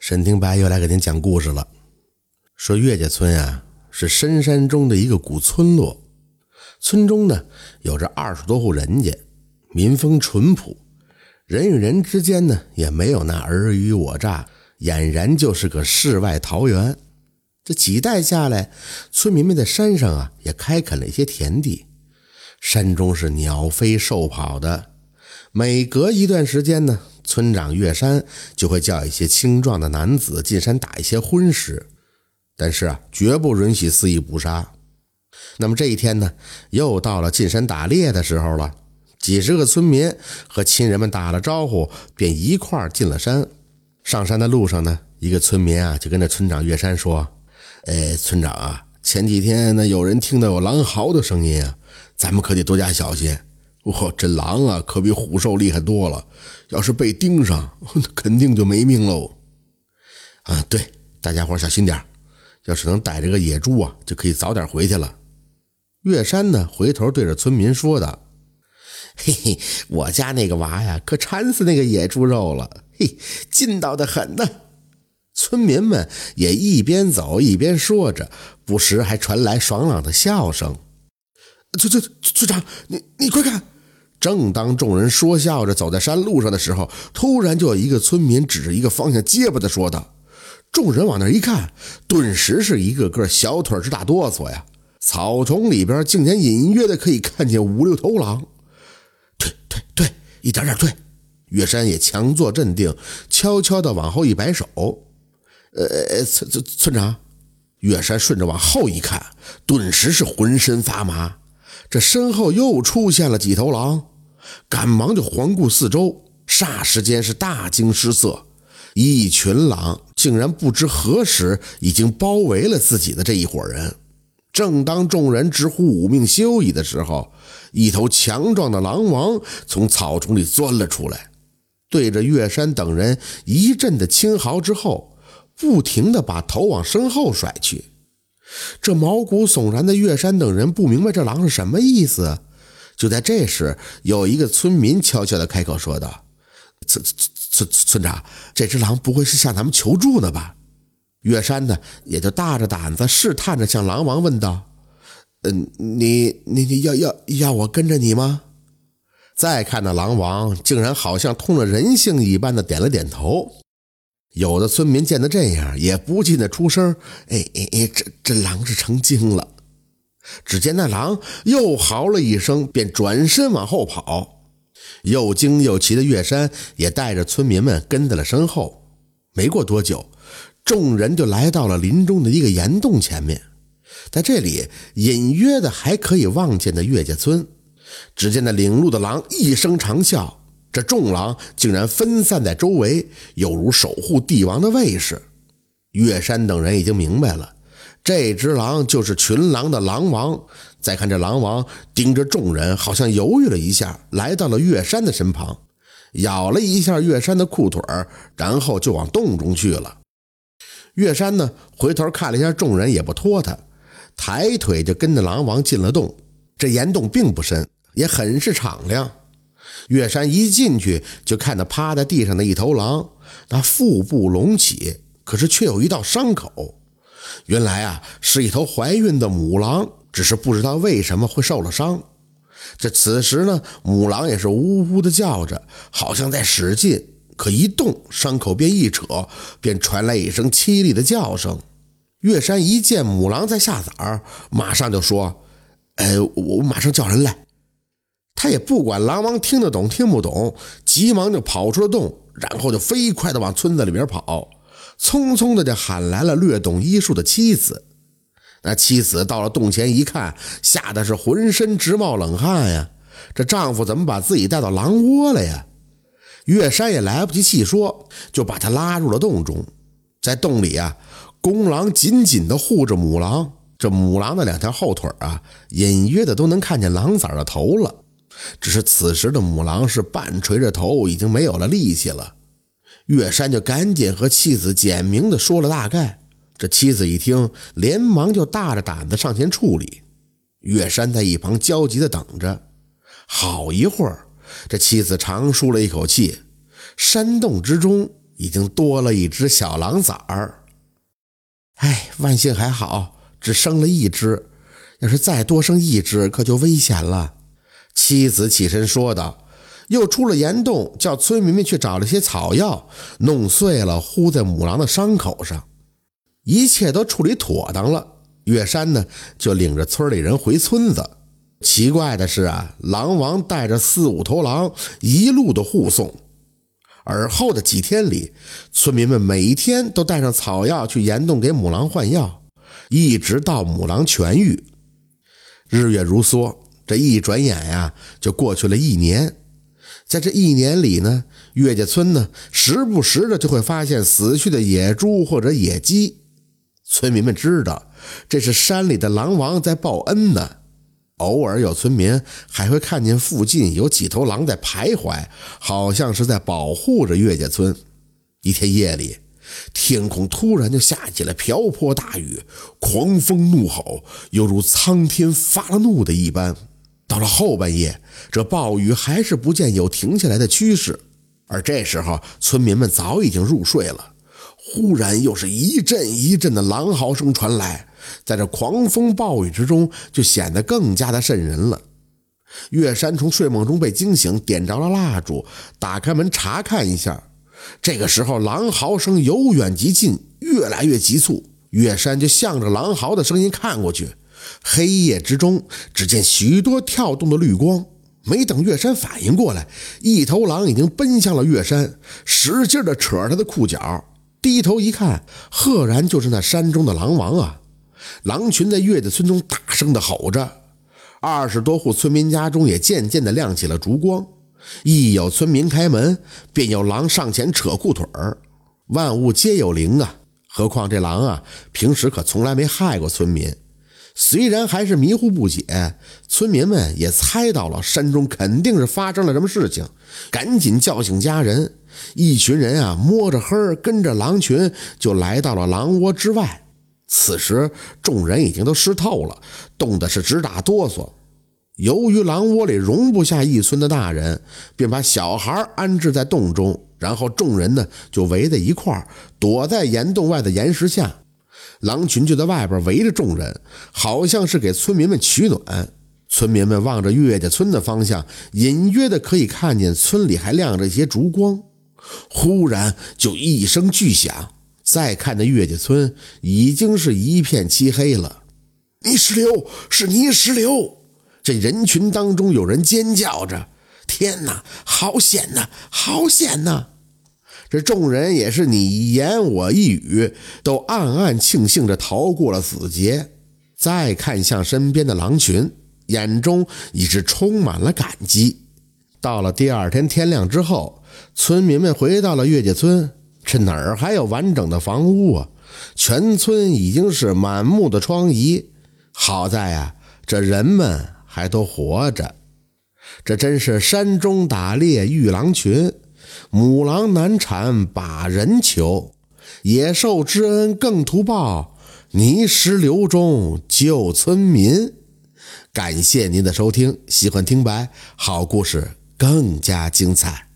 沈廷白又来给您讲故事了。说岳家村啊，是深山中的一个古村落，村中呢有着20多户人家，民风淳朴，人与人之间呢也没有那尔虞我诈，俨然就是个世外桃源。这几代下来，村民们在山上啊也开垦了一些田地，山中是鸟飞兽跑的。每隔一段时间呢，村长岳山就会叫一些青壮的男子进山打一些荤食，但是啊，绝不允许肆意捕杀。那么这一天呢，又到了进山打猎的时候了。几十个村民和亲人们打了招呼，便一块儿进了山。上山的路上呢，一个村民啊就跟着村长岳山说：村长啊，前几天呢有人听到有狼嚎的声音啊，咱们可得多加小心。这狼啊可比虎兽厉害多了，要是被盯上，肯定就没命喽。对，大家伙小心点，要是能逮着个野猪啊，就可以早点回去了。岳山呢回头对着村民说道：嘿嘿，我家那个娃呀可馋死那个野猪肉了，嘿，劲道的很呢。村民们也一边走一边说着，不时还传来爽朗的笑声。村长，你快看！正当众人说笑着走在山路上的时候，突然就有一个村民指着一个方向结巴地说道。众人往那一看，顿时是一个个小腿直打哆嗦呀。草丛里边竟然隐约的可以看见5、6头狼。退，一点退。岳山也强作镇定，悄悄地往后一摆手。村长。岳山顺着往后一看，顿时是浑身发麻。这身后又出现了几头狼，赶忙就环顾四周，霎时间是大惊失色。一群狼竟然不知何时已经包围了自己的这一伙人。正当众人直呼无命休矣的时候，一头强壮的狼王从草丛里钻了出来，对着岳山等人一阵的轻嚎之后，不停地把头往身后甩去。这毛骨悚然的岳山等人不明白这狼是什么意思。就在这时，有一个村民悄悄地开口说道：村长，这只狼不会是向咱们求助呢吧？岳山呢也就大着胆子试探着向狼王问道：你要我跟着你吗？再看那狼王竟然好像通了人性一般的点了点头。有的村民见得这样，也不禁的出声：这狼是成精了。只见那狼又嚎了一声，便转身往后跑。又惊又奇的岳山也带着村民们跟在了身后。没过多久，众人就来到了林中的一个岩洞前面。在这里隐约的还可以望见的岳家村。只见那领路的狼一声长啸，这众狼竟然分散在周围，有如守护帝王的卫士。岳山等人已经明白了，这只狼就是群狼的狼王。再看这狼王盯着众人，好像犹豫了一下，来到了岳山的身旁，咬了一下岳山的裤腿，然后就往洞中去了。岳山呢回头看了一下众人，也不拖他，抬腿就跟着狼王进了洞。这岩洞并不深，也很是敞亮。岳山一进去就看到趴在地上的一头狼，那腹部隆起，可是却有一道伤口。原来啊是一头怀孕的母狼，只是不知道为什么会受了伤。此时呢，母狼也是呜呜的叫着，好像在使劲，可一动伤口便一扯，便传来一声凄厉的叫声。岳山一见母狼在下崽，马上就说：我马上叫人来。他也不管狼王听得懂听不懂，急忙就跑出了洞，然后就飞快地往村子里边跑，匆匆的就喊来了略懂医术的妻子。那妻子到了洞前一看，吓得是浑身直冒冷汗呀，这丈夫怎么把自己带到狼窝了呀？岳山也来不及细说，就把他拉入了洞中。在洞里啊，公狼紧紧地护着母狼，这母狼的2条后腿啊，隐约的都能看见狼崽的头了。只是此时的母狼是半垂着头，已经没有了力气了。岳山就赶紧和妻子简明的说了大概。这妻子一听，连忙就大着胆子上前处理。岳山在一旁焦急的等着。好一会儿，这妻子长舒了一口气。山洞之中已经多了一只小狼崽儿。万幸还好，只生了一只，要是再多生一只可就危险了。妻子起身说道，又出了岩洞，叫村民们去找了些草药，弄碎了糊在母狼的伤口上。一切都处理妥当了，岳山呢就领着村里人回村子。奇怪的是狼王带着4、5头狼一路的护送。而后的几天里，村民们每天都带上草药去岩洞给母狼换药，一直到母狼痊愈。日月如梭，这一转眼就过去了1年。在这1年里呢，岳家村呢时不时的就会发现死去的野猪或者野鸡。村民们知道这是山里的狼王在报恩呢。偶尔有村民还会看见附近有几头狼在徘徊，好像是在保护着岳家村。一天夜里，天空突然就下起了瓢泼大雨，狂风怒吼，犹如苍天发了怒的一般。到了后半夜，这暴雨还是不见有停下来的趋势，而这时候村民们早已经入睡了。忽然又是一阵一阵的狼嚎声传来，在这狂风暴雨之中就显得更加的瘆人了。岳山从睡梦中被惊醒，点着了蜡烛，打开门查看一下。这个时候狼嚎声由远及近，越来越急促。岳山就向着狼嚎的声音看过去，黑夜之中只见许多跳动的绿光。没等岳山反应过来，一头狼已经奔向了岳山，使劲地扯他的裤脚。低头一看，赫然就是那山中的狼王啊！狼群在岳家村中大声地吼着，20多户村民家中也渐渐地亮起了烛光。一有村民开门，便有狼上前扯裤腿儿。万物皆有灵啊，何况这狼平时可从来没害过村民。虽然还是迷糊不解，村民们也猜到了山中肯定是发生了什么事情，赶紧叫醒家人。一群人摸着黑跟着狼群就来到了狼窝之外。此时众人已经都湿透了，冻得是直打哆嗦。由于狼窝里容不下一村的大人，便把小孩安置在洞中，然后众人呢就围在一块儿，躲在岩洞外的岩石下。狼群就在外边围着众人，好像是给村民们取暖。村民们望着岳家村的方向，隐约的可以看见村里还亮着一些烛光。忽然就一声巨响，再看的岳家村已经是一片漆黑了。泥石流，是泥石流！这人群当中有人尖叫着，天哪，好险哪，好险哪！这众人也是你一言我一语，都暗暗庆幸着逃过了死劫。再看向身边的狼群，眼中已是充满了感激。到了第2天天亮之后，村民们回到了岳家村，这哪儿还有完整的房屋啊？全村已经是满目的疮痍。好在这人们还都活着。这真是山中打猎遇狼群，母狼难产把人求，野兽之恩更图报，泥石流中救村民。感谢您的收听，喜欢听白，好故事更加精彩。